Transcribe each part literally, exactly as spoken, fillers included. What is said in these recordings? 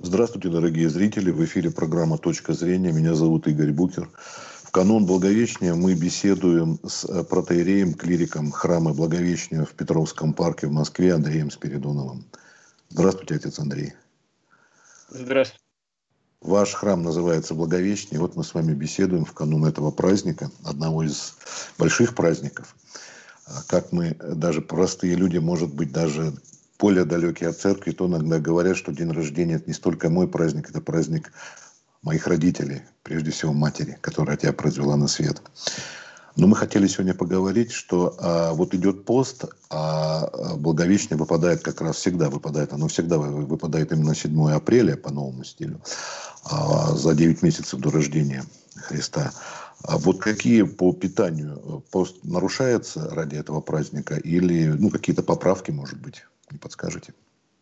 Здравствуйте, дорогие зрители. В эфире программа «Точка зрения». Меня зовут Игорь Букер. В канун Благовещения мы беседуем с протоиереем, клириком храма Благовещения в Петровском парке в Москве Андреем Спиридоновым. Здравствуйте, отец Андрей. Здравствуйте. Ваш храм называется Благовещение. Вот мы с вами беседуем в канун этого праздника, одного из больших праздников. Как мы, даже простые люди, может быть, даже более далекие от церкви, то иногда говорят, что день рождения – это не столько мой праздник, это праздник моих родителей, прежде всего матери, которая тебя произвела на свет. Но мы хотели сегодня поговорить, что а, вот идет пост, а Благовещение выпадает как раз всегда, выпадает, оно всегда выпадает именно седьмого апреля по новому стилю, а, за девять месяцев до рождения Христа. А вот какие по питанию пост нарушается ради этого праздника или ну, какие-то поправки, может быть, не подскажете?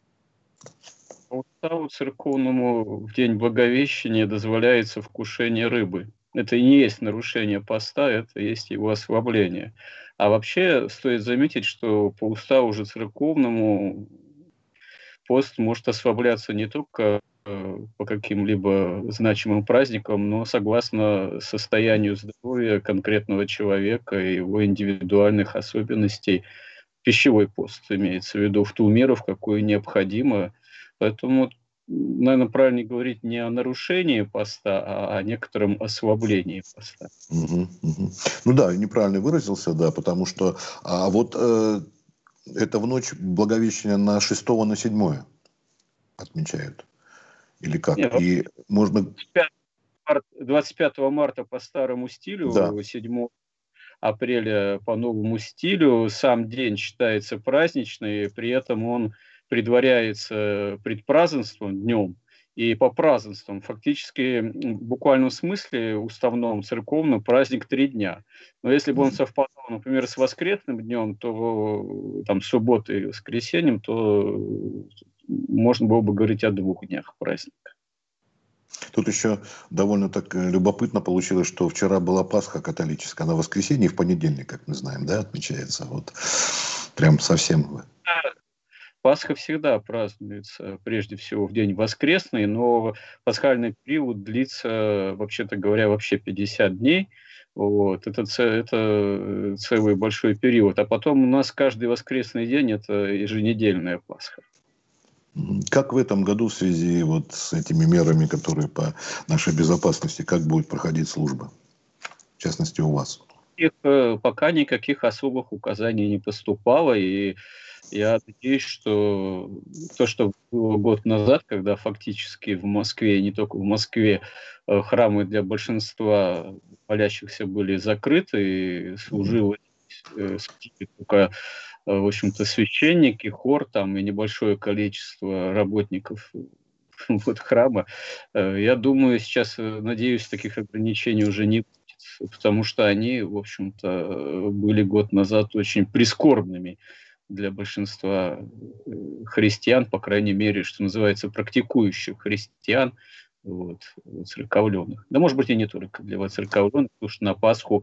По уставу церковному в день Благовещения дозволяется вкушение рыбы. Это и не есть нарушение поста, это есть его ослабление. А вообще стоит заметить, что по уставу же церковному пост может ослабляться не только э, по каким-либо значимым праздникам, но согласно состоянию здоровья конкретного человека и его индивидуальных особенностей. Пищевой пост имеется в виду в ту меру, в какую необходимо. Поэтому, наверное, правильно говорить не о нарушении поста, а о некотором ослаблении поста. Угу, угу. Ну да, неправильно выразился, да, потому что а вот э, это в ночь Благовещения на шестого на седьмое отмечают. Или как? Нет, И можно... двадцать пятого марта по старому Да. стилю, седьмого апреля по новому стилю, сам день считается праздничный, при этом он предваряется предпразднеством днем, и по празднествам фактически в буквальном смысле уставном, церковном праздник три дня. Но если бы он совпадал, например, с воскресным днем, то там субботой и воскресеньем, то можно было бы говорить о двух днях праздника. Тут еще довольно так любопытно получилось, что вчера была Пасха католическая, на воскресенье и в понедельник, как мы знаем, да, отмечается. Вот прям совсем. Пасха всегда празднуется, прежде всего, в день воскресный, но пасхальный период длится, вообще-то говоря, вообще пятьдесят дней. Вот. Это, это целый большой период. А потом у нас каждый воскресный день – это еженедельная Пасха. Как в этом году в связи вот с этими мерами, которые по нашей безопасности, как будет проходить служба? В частности, у вас? Их, пока никаких особых указаний не поступало, и я надеюсь, что то, что было год назад, когда фактически в Москве, не только в Москве, храмы для большинства молящихся были закрыты, и служило только, в общем-то, священники, хор там и небольшое количество работников вот, храма. Я думаю, сейчас, надеюсь, таких ограничений уже не будет, потому что они, в общем-то, были год назад очень прискорбными для большинства христиан, по крайней мере, что называется, практикующих христиан, вот, воцерковленных. Да, может быть, и не только для воцерковленных, потому что на Пасху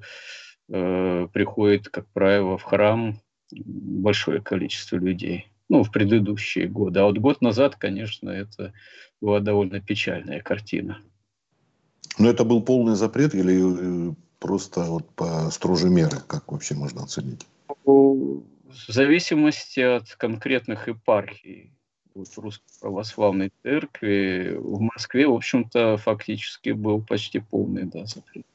э, приходит, как правило, в храм большое количество людей. Ну, в предыдущие годы. А вот год назад, конечно, это была довольно печальная картина. Но это был полный запрет или просто вот по строже меры, как вообще можно оценить? В зависимости от конкретных епархий. Вот в Русской Православной Церкви в Москве, в общем-то, фактически был почти полный, да, запрет.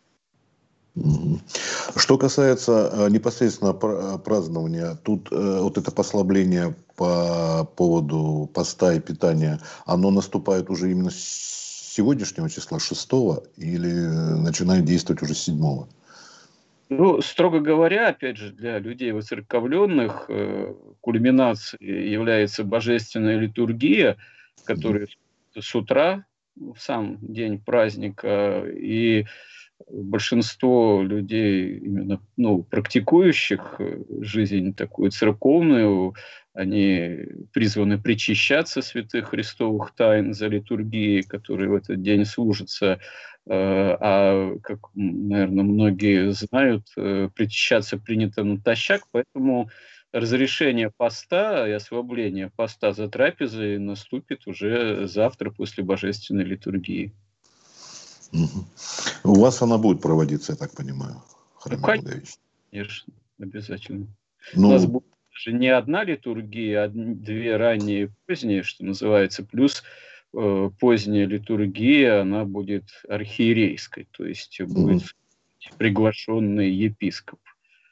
Что касается непосредственно празднования, тут вот это послабление по поводу поста и питания, оно наступает уже именно с сегодняшнего числа, шестого, или начинает действовать уже с седьмого? Ну, строго говоря, опять же, для людей воцерковленных э, кульминацией является божественная литургия, которая mm-hmm. с утра, в сам день праздника, и большинство людей, именно ну, практикующих жизнь такую церковную, они призваны причащаться святых христовых тайн за литургией, которые в этот день служатся. А, как, наверное, многие знают, причащаться принято натощак, поэтому разрешение поста и ослабление поста за трапезой наступит уже завтра после божественной литургии. Мгм. У вас она будет проводиться, я так понимаю, в Ну, храме Благовещения. конечно, обязательно. У нас Ну, будет даже не одна литургия, а д- две ранние и поздние, что называется, плюс э, поздняя литургия, она будет архиерейской, то есть будет мгм, приглашенный епископ.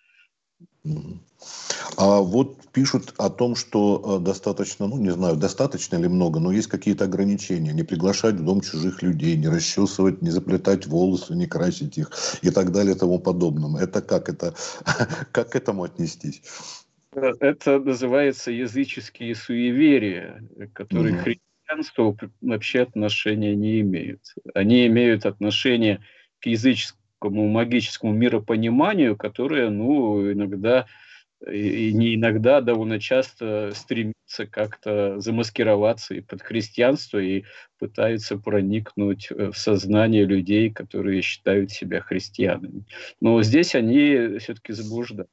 мгм. А вот пишут о том, что э, достаточно, ну не знаю, достаточно ли много, но есть какие-то ограничения. Не приглашать в дом чужих людей, не расчесывать, не заплетать волосы, не красить их и так далее и тому подобное. Это как это, как к этому отнестись? Э, Это называется языческие суеверия, э, которые к Мгм, христианству п- вообще отношения не имеют. Они имеют отношение к языческому магическому миропониманию, которое, ну, иногда и и не иногда, а довольно часто стремится как-то замаскироваться и под христианство, и пытается проникнуть, э, в сознание людей, которые считают себя христианами. Но здесь они все-таки заблуждаются.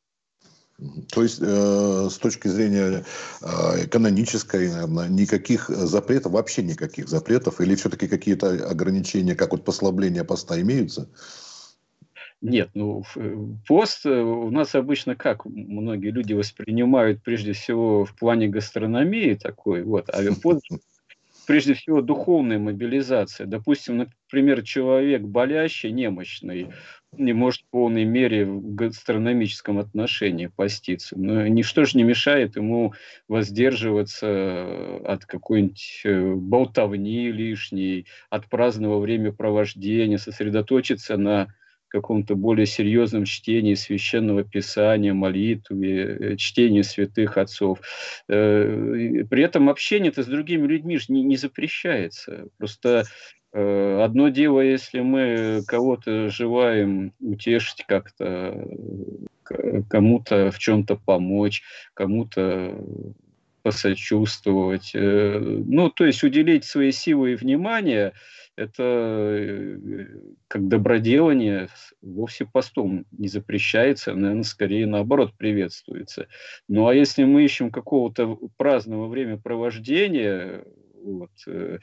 мгм. То есть э, с точки зрения э, канонической, наверное, никаких запретов, вообще никаких запретов, или все-таки какие-то ограничения, как вот послабление поста имеются? Нет, ну, ф э, пост, э, у нас обычно как м многие люди воспринимают прежде всего в плане гастрономии такой вот, а пост прежде всего духовная мобилизация. Допустим, например, человек болящий, немощный, не может в полной мере в гастрономическом отношении поститься. Но ничто же не мешает ему воздерживаться э, от какой-нибудь э, болтовни лишней, от праздного времяпровождения, сосредоточиться на каком-то более серьезном чтении священного писания, молитве, э, чтении святых отцов. Э, и при этом общение-то с другими людьми ж не не запрещается. Просто, э, одно дело, если мы кого-то желаем утешить как-то, э, к кому-то в чем то помочь, кому-то посочувствовать. Э, ну, то есть уделить свои силы и внимание — это, э, как доброделание, с вовсе постом не запрещается, наверно, скорее наоборот приветствуется. Ну, а если мы ищем какого-то в праздного времяпровождения, вот, э,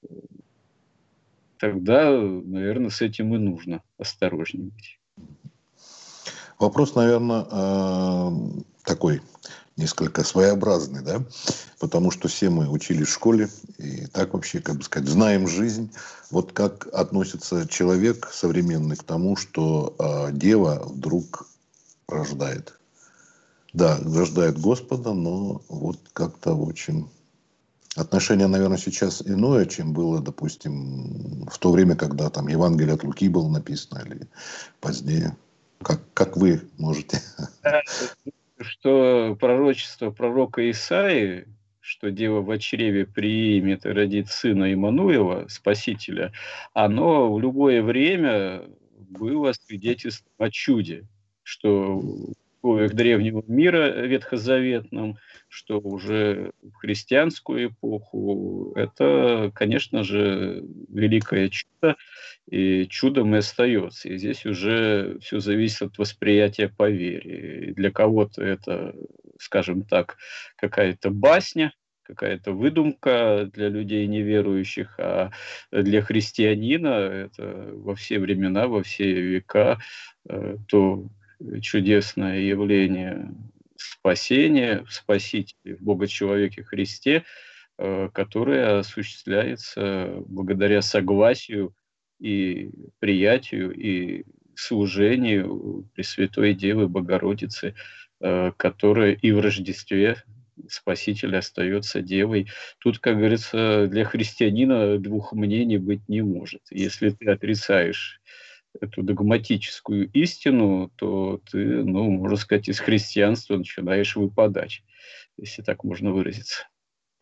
тогда, наверно, с этим и нужно осторожнее быть. Вопрос, наверное, такой несколько своеобразный, да, потому что все мы учились в школе и так вообще, как бы сказать, знаем жизнь. Вот как относится человек современный к тому, что а, дева вдруг рождает. Да, рождает Господа, но вот как-то очень... Отношение, наверное, сейчас иное, чем было, допустим, в то время, когда там Евангелие от Луки было написано или позднее. Как, как вы можете? Да, что пророчество пророка Исаии, что дева во чреве примет и родит сына Иммануила, Спасителя, оно в любое время было свидетельством о чуде, что в условиях древнего мира ветхозаветном, что уже в христианскую эпоху, это, конечно же, великое чудо, и чудом и остается. И здесь уже все зависит от восприятия по вере. И для кого-то это, скажем так, какая-то басня, какая-то выдумка для людей неверующих, а для христианина это во все времена, во все века э, то чудесное явление спасения в Спасителе, в Бога-человеке Христе, э, которое осуществляется благодаря согласию и приятию, и служению Пресвятой Девы Богородицы, э, которая и в Рождестве Спаситель остается девой. Тут, как говорится, для христианина двух мнений быть не может. Если ты отрицаешь эту догматическую истину, то ты, ну, можно сказать, из христианства начинаешь выпадать, если так можно выразиться.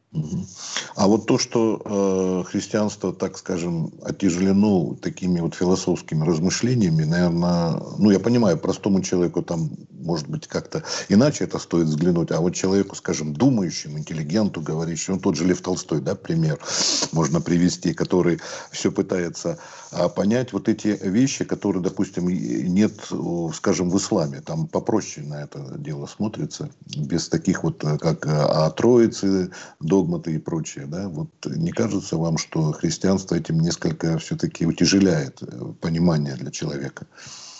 Мгм. А вот то, что э, христианство, так скажем, отяжелено такими вот философскими размышлениями, наверное, ну, я понимаю, простому человеку там, может быть, как-то иначе это стоит взглянуть, а вот человеку, скажем, думающему, интеллигенту, говорящему, ну, тот же Лев Толстой, да, пример можно привести, который все пытается а, понять вот эти вещи, которые, допустим, и нет, о, скажем, в исламе, там попроще на это дело смотрится, без таких вот, э, как э, о Троице, догматы и прочее, да, вот не кажется вам, что христианство этим несколько все-таки утяжеляет э, понимание для человека?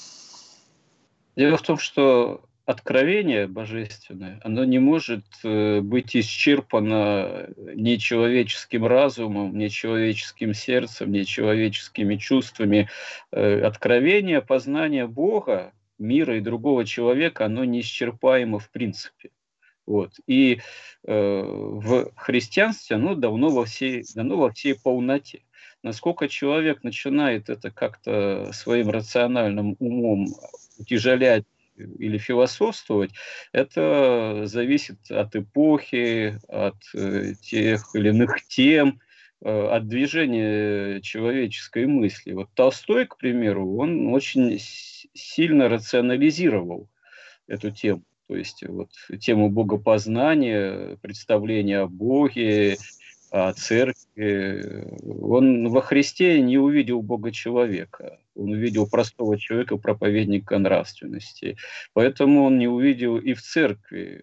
Дело в том, что откровение божественное, оно не может э, быть исчерпано нечеловеческим разумом, нечеловеческим сердцем, нечеловеческими чувствами. Э, откровение, познание Бога, мира и другого человека, оно неисчерпаемо в принципе. Вот. И э, в христианстве оно давно во всей, дано во всей полноте. Насколько человек начинает это как-то своим рациональным умом утяжелять или философствовать, это зависит от эпохи, от э, тех или иных тем, э, от движения человеческой мысли. Вот Толстой, к примеру, он очень с- сильно рационализировал эту тему. То есть вот тему богопознания, представления о Боге, о церкви. Он во Христе не увидел Бога-человека. Он увидел простого человека, проповедника нравственности. Поэтому он не увидел и в церкви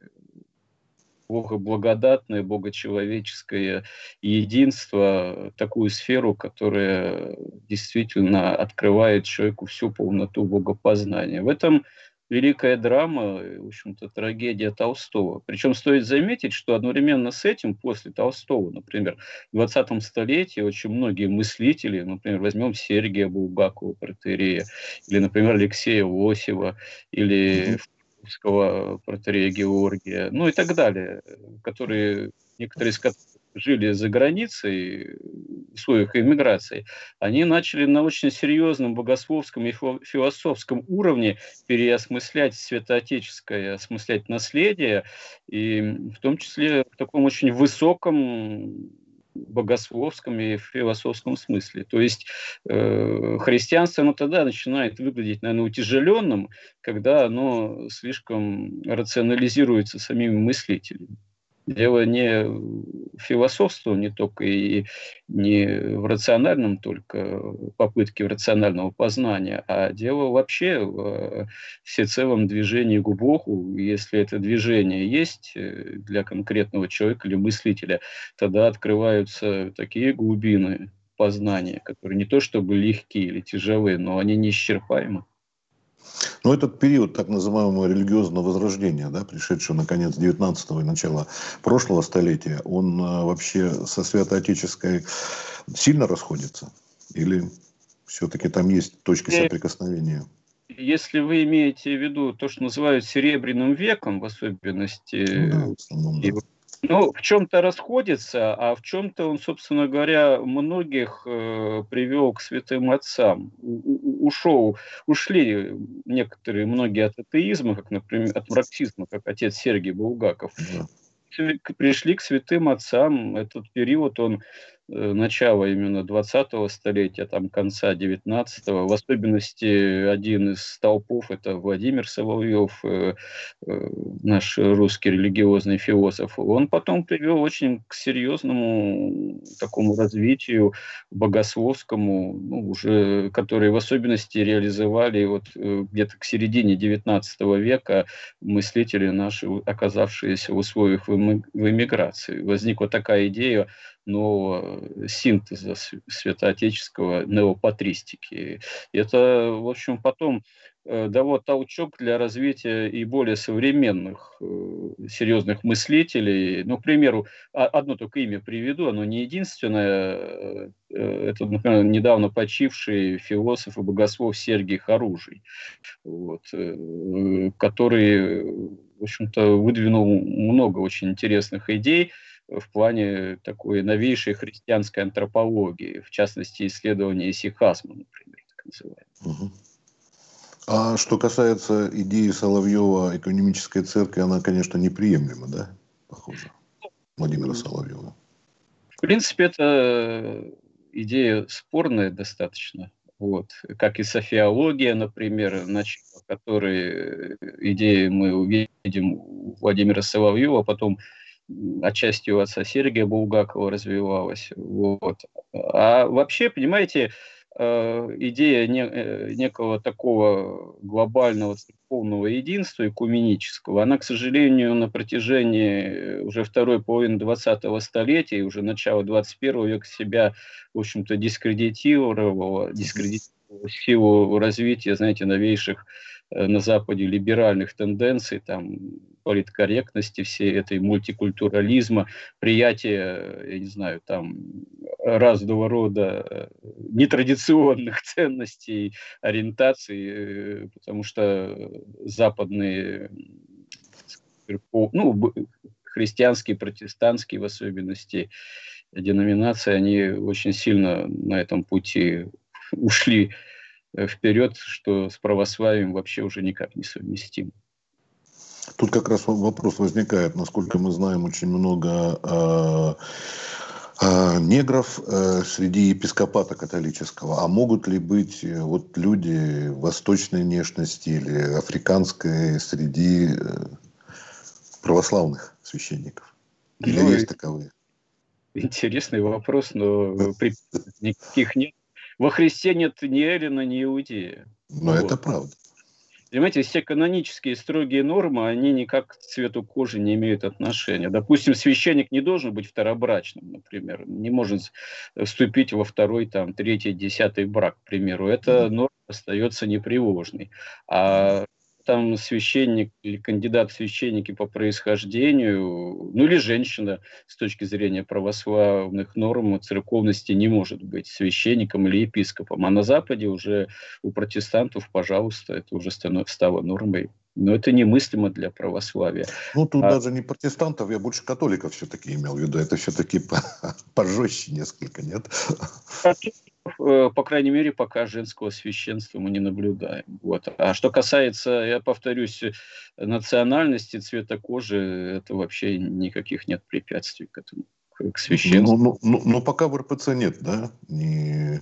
Бога благодатное, Бога человеческое единство, такую сферу, которая действительно открывает человеку всю полноту богопознания. В этом великая драма, в общем-то, трагедия Толстого. Причем стоит заметить, что одновременно с этим, после Толстого, например, в двадцатом столетии очень многие мыслители, например, возьмем Сергия Булгакова, протоиерея, или, например, Алексея Лосева, или Мгм. русского протоиерея Георгия, ну и так далее, которые, некоторые из которых жили за границей в условиях эмиграции, они начали на очень серьезном богословском и философском уровне переосмыслять святоотеческое, осмыслять наследие, и в том числе в таком очень высоком богословском и философском смысле. То есть э, христианство, оно тогда начинает выглядеть, наверное, утяжеленным, когда оно слишком рационализируется самими мыслителями. Дело не в философствовании только и не в рациональном только попытке рационального познания, а дело вообще в всецелом движении к Богу. И если это движение есть э, для конкретного человека или мыслителя, тогда открываются такие глубины познания, которые не то чтобы легкие или тяжелые, но они неисчерпаемы. Но этот период так называемого религиозного возрождения, да, пришедшего на конец девятнадцатого и начало прошлого столетия, он э, вообще со святоотеческой сильно расходится? Или все-таки там есть точки соприкосновения? Если вы имеете в виду то, что называют Серебряным веком, в Ну да, особенности, в основном, и да. вот, ну, в чем-то расходится, а в чем-то он, собственно говоря, многих э, привел к святым отцам. У- у- ушел, ушли некоторые, многие от атеизма, как, например, от марксизма, как отец Сергий Булгаков, Да. к- пришли к святым отцам. Этот период, он э, начало именно двадцатого столетия, там конца девятнадцатого. В особенности один из столпов — это Владимир Соловьев, э, э, наш русский религиозный философ. Он потом привел очень к серьезному такому развитию богословскому, ну, уже, которые в особенности реализовали вот э, где-то к середине девятнадцатого века мыслители наши, оказавшиеся в условиях в эмиграции. Возникла такая идея нового синтеза святоотеческого неопатристики. И это, в общем, потом э, дало толчок для развития и более современных э, серьезных мыслителей. Ну, к примеру, одно только имя приведу, оно не единственное. Э, это, например, недавно почивший философ и богослов Сергий Харужий, вот, э, который, в общем-то, выдвинул много очень интересных идей в плане такой новейшей христианской антропологии, в частности, исследования исихазма, например, так называемого. Мгм. А что касается идеи Соловьева, экономической церкви, она, конечно, неприемлема, да? Похоже. Владимира Соловьева? В принципе, это идея спорная достаточно. Вот. Как и софиология, например, начало которой идеи мы увидим у Владимира Соловьева, потом отчасти у отца Сергия Булгакова развивалась. Вот. А вообще, понимаете, идея не, некого такого глобального церковного единства, экуменического, она, к сожалению, на протяжении уже второй половины двадцатого столетия и уже начала двадцать первого века себя, в общем-то, дискредитировала, дискредитировала в силу развития, знаете, новейших на Западе либеральных тенденций, там, политкорректности, всей этой мультикультурализма, приятия, я не знаю, там, разного рода нетрадиционных ценностей, ориентаций, потому что западные, ну, христианские, протестантские в особенности деноминации, они очень сильно на этом пути ушли вперед, что с православием вообще уже никак не совместимо. Тут как раз вопрос возникает, насколько мы знаем, очень много э, э, негров э, среди епископата католического. А могут ли быть э, вот люди восточной внешности или африканской среди э, православных священников? Или Ну, есть таковые? Интересный вопрос, но никаких нет. Во Христе нет ни эллина, ни иудея. Но вот. Это правда. Понимаете, все канонические строгие нормы, они никак к цвету кожи не имеют отношения. Допустим, священник не должен быть второбрачным, например, не может вступить во второй, там, третий, десятый брак, к примеру. Эта норма остается непреложной. А там священник или кандидат в священники по происхождению, ну или женщина с точки зрения православных норм церковности не может быть священником или епископом. А на Западе уже у протестантов, пожалуйста, это уже стало нормой. Но это немыслимо для православия. Ну, тут а... даже не протестантов, я больше католиков все-таки имел в виду. Это все-таки пожестче несколько, нет? По крайней мере, пока женского священства мы не наблюдаем. Вот. А что касается, я повторюсь, национальности, цвета кожи, это вообще никаких нет препятствий к этому, к священству. Ну, ну, ну, ну пока в эр пэ цэ нет, да? Ни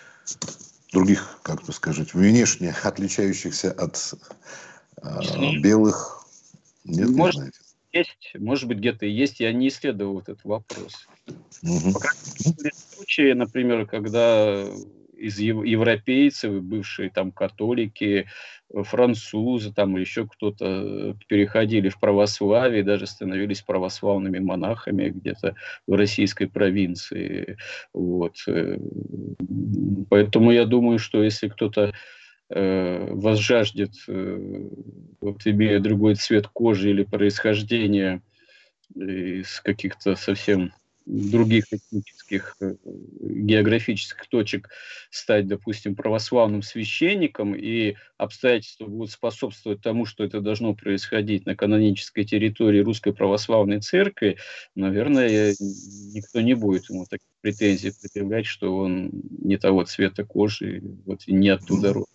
других, как бы сказать, внешне отличающихся от а, белых, нет, Может, не знаете? Есть, может быть, где-то и есть, я не исследовал этот вопрос. Угу. По крайней мере, случаи, например, когда из европейцев, бывшие там католики, французы, там еще кто-то переходили в православие, даже становились православными монахами где-то в российской провинции. Вот. Поэтому я думаю, что если кто-то э, возжаждет, э, вот, имея другой цвет кожи или происхождение из каких-то совсем других этнических, географических точек, стать, допустим, православным священником, и обстоятельства будут способствовать тому, что это должно происходить на канонической территории Русской Православной Церкви, наверное, никто не будет ему таких претензий предъявлять, что он не того цвета кожи, вот, и не оттуда родом.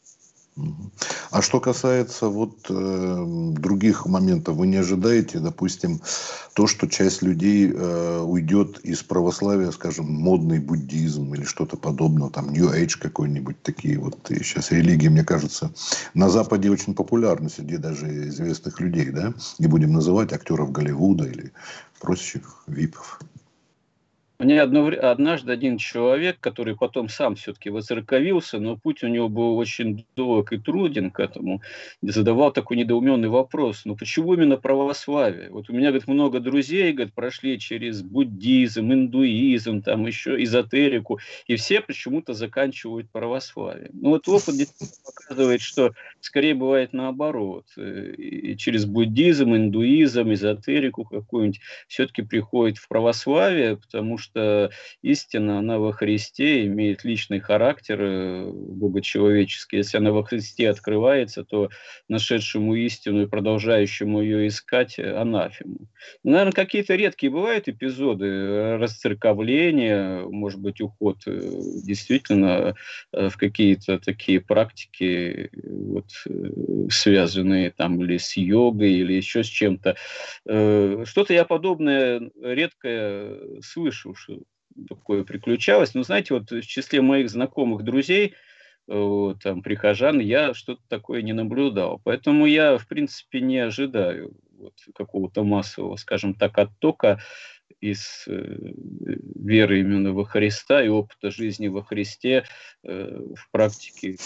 А что касается вот э, других моментов, вы не ожидаете, допустим, то, что часть людей э, уйдет из православия, скажем, модный буддизм или что-то подобное, там, New Age какой-нибудь, такие вот и сейчас религии, мне кажется, на Западе очень популярны среди даже известных людей, да, не будем называть актеров Голливуда или прочих випов. Мне одно, однажды один человек, который потом сам все-таки воцерковился, но путь у него был очень долг и труден к этому, задавал такой недоуменный вопрос: ну почему именно православие? Вот у меня, говорит, много друзей, говорит, прошли через буддизм, индуизм, там еще эзотерику, и все почему-то заканчивают православием. Ну вот опыт показывает, что скорее бывает наоборот. И через буддизм, индуизм, эзотерику какую-нибудь все-таки приходит в православие, потому что что истина, она во Христе, имеет личный характер, э, богочеловеческий. Если она во Христе открывается, то нашедшему истину и продолжающему ее искать э, анафему. Наверное, какие-то редкие бывают эпизоды э, расцерковления, может быть, уход э, действительно э, в какие-то такие практики, э, вот, э, связанные там или с йогой, или еще с чем-то. Э, Что-то я подобное редко слышу, что такое приключалось. Но знаете, вот в числе моих знакомых друзей, э, вот, там, прихожан, я что-то такое не наблюдал. Поэтому я, в принципе, не ожидаю вот какого-то массового, скажем так, оттока из э, веры именно во Христа и опыта жизни во Христе э, в практике.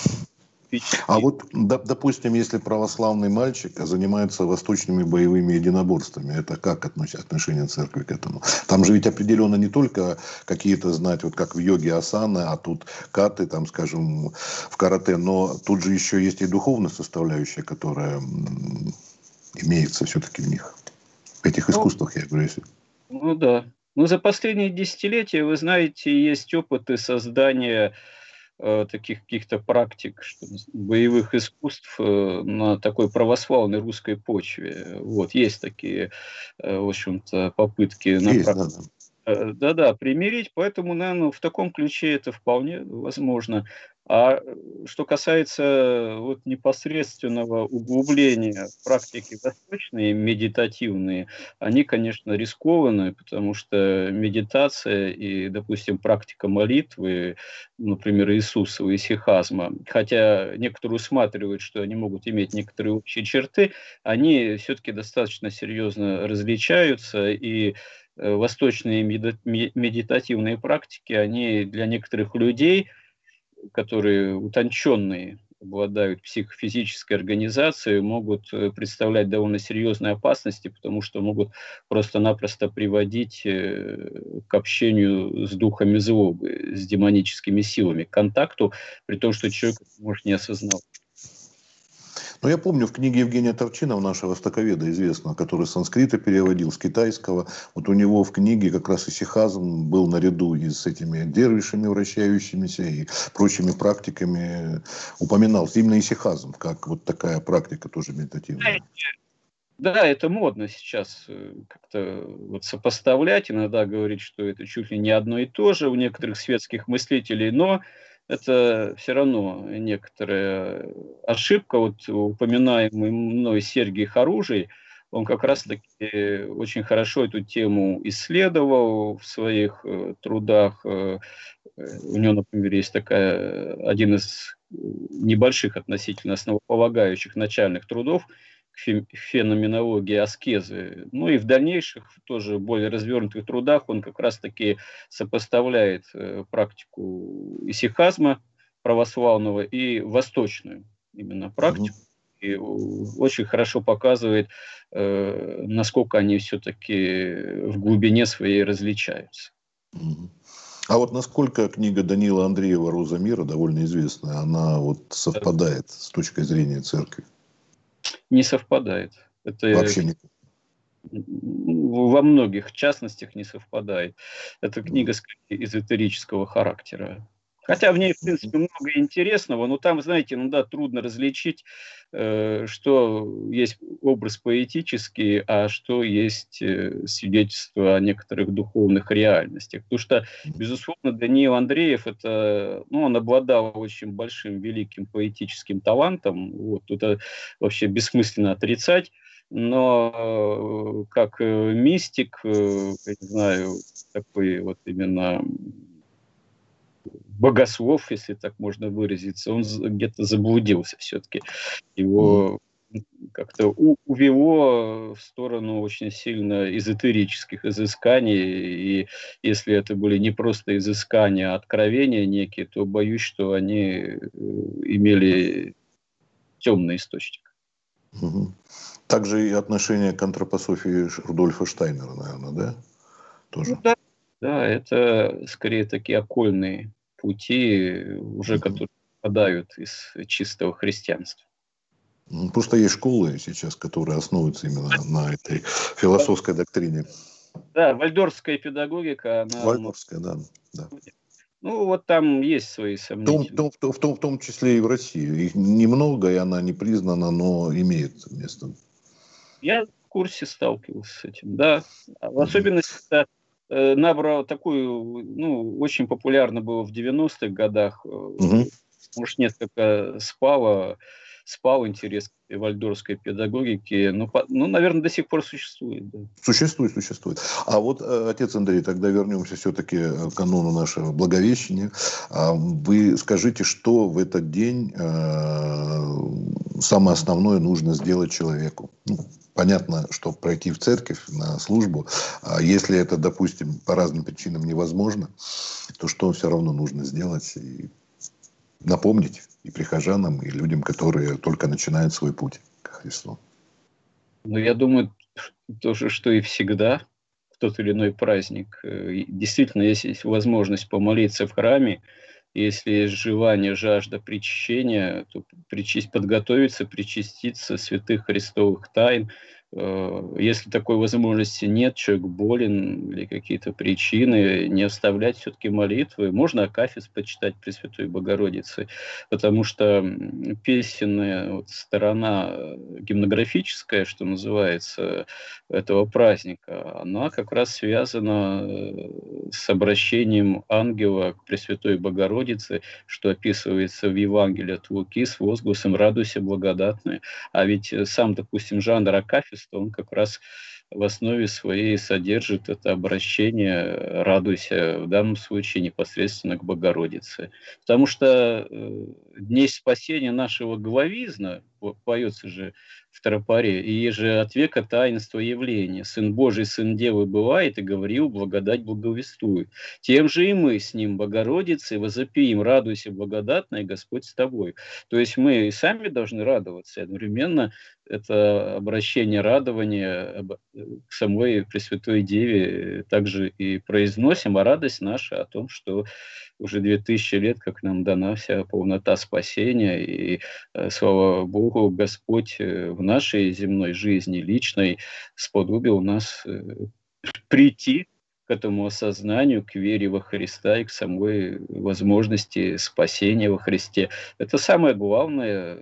А вот, доп- допустим, если православный мальчик занимается восточными боевыми единоборствами, это как относ- отношение церкви к этому? Там же ведь определенно не только какие-то знать, вот как в йоге асаны, а тут каты, там, скажем, в карате, но тут же еще есть и духовная составляющая, которая м, имеется все-таки в них. В этих Ну, искусствах, я говорю, если... ну да. Ну, за последние десятилетия, вы знаете, есть опыты создания э, таких каких-то практик, что наз- боевых искусств э, на такой православной русской почве. Вот, есть такие, э, в общем-то, попытки Есть, направить. да, да. Э, Да-да, примирить, поэтому, наверное, в таком ключе это вполне возможно. А э, что касается вот непосредственного углубления в практики восточные, медитативные, они, конечно, рискованные, потому что медитация и, допустим, практика молитвы, например, Иисусова, исихазма, хотя некоторые усматривают, что они могут иметь некоторые общие черты, они все-таки достаточно серьезно различаются, и э, восточные меда- ме- медитативные практики, они для некоторых людей, которые утонченные, обладают психофизической организацией, могут э, представлять довольно серьезные опасности, потому что могут просто-напросто приводить э, к общению с духами злобы, с демоническими силами, к контакту, при том, что человек это может не осознавать. Но я помню в книге Евгения Товчинова, нашего востоковеда известного, который с санскрита переводил, с китайского, вот у него в книге как раз исихазм был наряду и с этими дервишами вращающимися и прочими практиками упоминался именно исихазм, как вот такая практика тоже медитативная. Да, это модно сейчас э, как-то вот сопоставлять, иногда говорить, что это чуть ли не одно и то же у некоторых светских мыслителей, но это все равно некоторая ошибка. Вот упоминаемый мной Сергий Харужий, он как раз-таки очень хорошо эту тему исследовал в своих э, трудах. Э, э, У него, например, есть такая, один из э, небольших относительно основополагающих начальных трудов фе- феноменологии аскезы. Ну и в дальнейших, тоже более развернутых трудах, он как раз-таки сопоставляет э, практику исихазма православного и восточную именно Мгм. практику. И у- очень хорошо показывает, э, насколько они все-таки в глубине своей различаются. Мгм. А вот насколько книга Данила Андреева «Роза мира», довольно известная, она вот совпадает с точкой зрения церкви? Не совпадает. Это Вообще не. во многих частностях не совпадает. Это Мгм. книга скорее эзотерического характера. Хотя в ней, в принципе, много интересного, но там, знаете, иногда трудно различить, э, что есть образ поэтический, а что есть э, свидетельство о некоторых духовных реальностях. Потому что, безусловно, Даниил Андреев, это, ну, он обладал очень большим, великим поэтическим талантом. Вот, это вообще бессмысленно отрицать. Но э, как э, мистик, э, я не знаю, такой вот именно богослов, если так можно выразиться, он з- где-то заблудился все-таки. Мгм. Его м, как-то у- увело в сторону очень сильно эзотерических изысканий, и если это были не просто изыскания, а откровения некие, то боюсь, что они э, имели темный источник. Мгм. Также и отношение к антропософии Ш- Рудольфа Штайнера, наверное, да? Ну Тоже. да, да, это скорее такие окольные пути, уже Мгм. которые попадают из чистого христианства. М, Просто есть школы сейчас, которые основываются именно на этой философской доктрине. Да, вальдорфская педагогика, она... Вальдорфская, да. да. Ну, вот там есть свои В том, в, сомнения. том, в, том, в, том, в том числе и в России. Их немного, и она не признана, но имеет место. Я в курсе, сталкивался с этим, да. В Мгм. особенности, это э, набрал такую, ну, очень популярно было в девяностых годах. э, Мгм. Может, несколько спало, спал интерес к вальдорфской педагогике. Ну, по- ну, наверное, до сих пор существует, да. Существует, существует. А вот, э, отец Андрей, тогда вернемся все-таки к канону нашего Благовещения. А Вы скажите, что в этот день э, самое основное нужно сделать человеку? Ну, понятно, что пройти в церковь на службу, а если это, допустим, по разным причинам невозможно, то что все равно нужно сделать и напомнить и прихожанам, и людям, которые только начинают свой путь к Христу? Но я думаю, то же, что и всегда, в тот или иной праздник. Э, и Действительно, если есть возможность помолиться в храме, если есть желание, жажда причащения, то причесть, подготовиться, причаститься святых христовых тайн. Э, Если такой возможности нет, человек болен или какие-то причины, не оставлять все-таки молитвы. Можно акафист почитать Пресвятой Богородицы, потому что м, песенная вот сторона э, гимнографическая, что называется, этого праздника, она как раз связана э, с обращением ангела к Пресвятой Богородице, что описывается в Евангелии от Луки с возгласом «Радуйся, благодатная». А ведь э, сам, допустим, жанр акафиста, он как раз в основе своей содержит это обращение э, «Радуйся», в данном случае непосредственно к Богородице. Потому что э, дней спасения нашего главизна, вот поется же в тропаре, и еже от века таинство явления. Сын Божий, сын Девы бывает, и говорил, благодать благовествует. Тем же и мы с ним, Богородицей, возопием, радуйся, благодатная, Господь с тобой. То есть мы и сами должны радоваться, и одновременно это обращение радования к самой Пресвятой Деве также и произносим, а радость наша о том, что уже две тысячи лет, как нам дана вся полнота спасения, и, э, слава Богу, Господь э, в нашей земной жизни личной сподобил нас э, прийти к этому осознанию, к вере во Христа и к самой возможности спасения во Христе. Это самое главное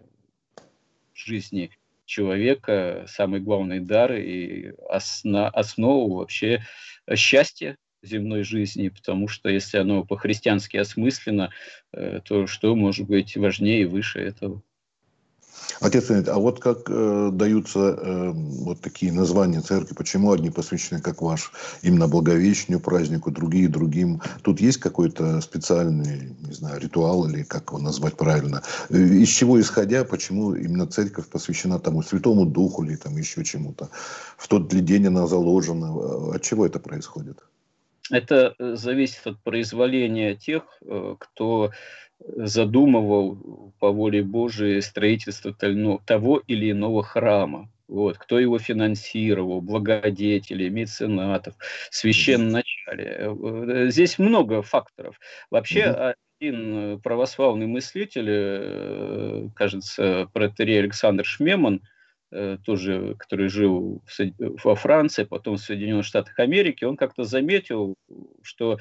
в жизни человека, самый главный дар и осна- основа вообще счастья земной жизни, потому что если оно по-христиански осмысленно, э, то что может быть важнее и выше этого? Отец Леонид, а вот как э, даются э, вот такие названия церкви, почему одни посвящены, как ваш, именно Благовещению празднику, другие другим? Тут есть какой-то специальный, не знаю, ритуал или как его назвать правильно? Э, Из чего исходя, почему именно церковь посвящена тому Святому Духу или там еще чему-то? В тот ли день она заложена? Э, От чего это происходит? Это э, зависит от произволения тех, э, кто задумывал по воле Божией строительство тально- того или иного храма. Вот, кто его финансировал, благодетели, меценатов, Мгм. священноначале. Э, э, Здесь много факторов. Мгм. Вообще, один э, православный мыслитель, э, кажется, протоиерей Александр Шмеман, э, тоже, который жил в Со- во Франции, потом в Соединенных Штатах Америки, он как-то заметил, что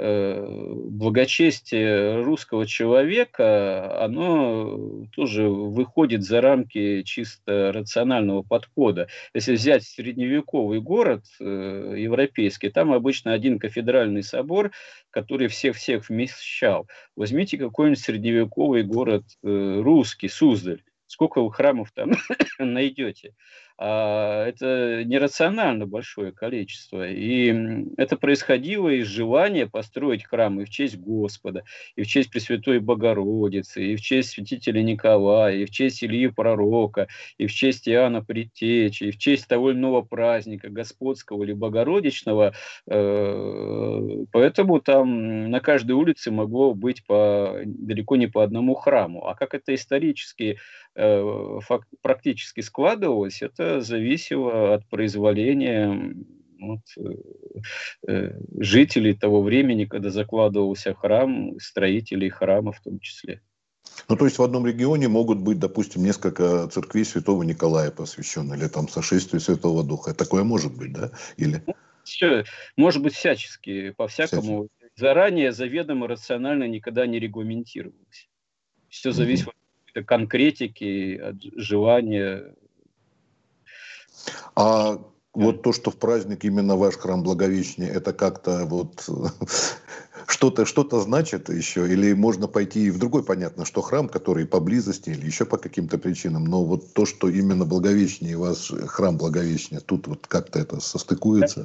э, благочестие русского человека, оно тоже выходит за рамки чисто рационального подхода. Если взять средневековый город э, европейский, там обычно один кафедральный собор, который всех-всех вмещал. Возьмите какой-нибудь средневековый город э, русский, Суздаль. Сколько вы храмов там найдете? А, это нерационально большое количество. И м, это происходило из желания построить храмы и в честь Господа, и в честь Пресвятой Богородицы, и в честь святителя Николая, и в честь Ильи Пророка, и в честь Иоанна Предтечи, и в честь того или иного праздника Господского или Богородичного. Э, Поэтому там на каждой улице могло быть по, далеко не по одному храму. А как это исторически э, фак- практически складывалось, это зависело от произволения м, вот, э, э, жителей того времени, когда закладывался храм, строителей храма в том числе. Ну, то есть в одном регионе могут быть, допустим, несколько церквей Святого Николая посвященных, или там сошествию Святого Духа. Такое может быть, да? Или... Всё, может быть, всячески, Всячески. по-всякому. Заранее, заведомо, рационально никогда не регламентировалось. Все зависит Мгм. от конкретики, от желания. А Да. вот то, что в праздник именно ваш храм Благовещения, это как-то вот что-то что-то значит еще? Или можно пойти и в другой, понятно, что храм, который поблизости или еще по каким-то причинам, но вот то, что именно Благовещение, у вас храм Благовещения, тут вот как-то это состыкуется?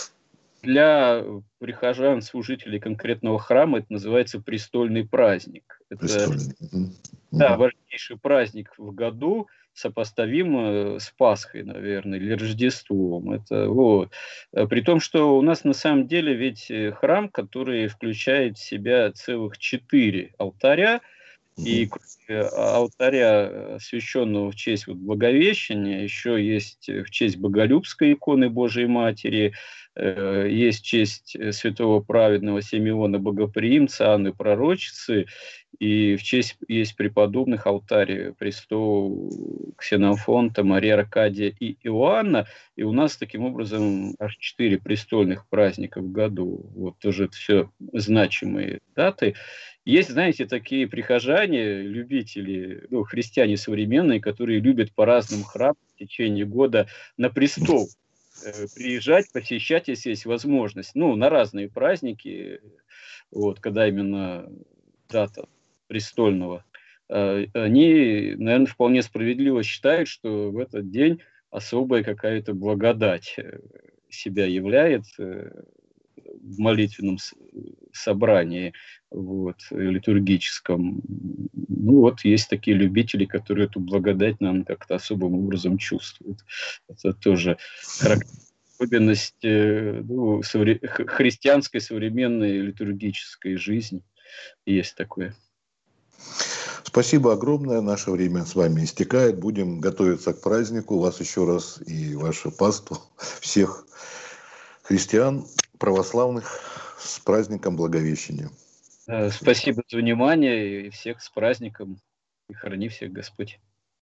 Для прихожан, служителей конкретного храма это называется престольный праздник. Это, Престольный. Мгм. да, Мгм. важнейший праздник в году, сопоставим э, с Пасхой, наверное, или Рождеством. Это вот. Э, При том, что у нас на самом деле ведь э, храм, который включает в себя целых четыре алтаря, Мгм. и кроме а, алтаря, э, освященного в честь вот Благовещения, еще есть э, в честь Боголюбской иконы Божией Матери, э, есть в честь э, святого праведного Симеона Богоприимца, Анны Пророчицы, и в честь есть преподобных алтарь престол Ксенофонта, Мария Аркадия и Иоанна. И у нас таким образом аж четыре престольных праздника в году. Вот тоже это все значимые даты. Есть, знаете, такие прихожане, любители, ну, христиане современные, которые любят по разным храмам в течение года на престол э, приезжать, посещать, если есть возможность. Ну, на разные праздники, вот, когда именно дата престольного. Э, Они, наверное, вполне справедливо считают, что в этот день особая какая-то благодать э, себя являет э, в молитвенном с- собрании, вот, э, литургическом. Ну вот есть такие любители, которые эту благодать нам как-то особым образом чувствуют. Это тоже характерная особенность э, ну, совре- х- христианской современной литургической жизни. Есть такое. Спасибо огромное. Наше время с вами истекает. Будем готовиться к празднику. Вас еще раз и ваше паству, всех христиан православных с праздником Благовещения. Э, Спасибо за внимание и всех с праздником. И храни всех Господь.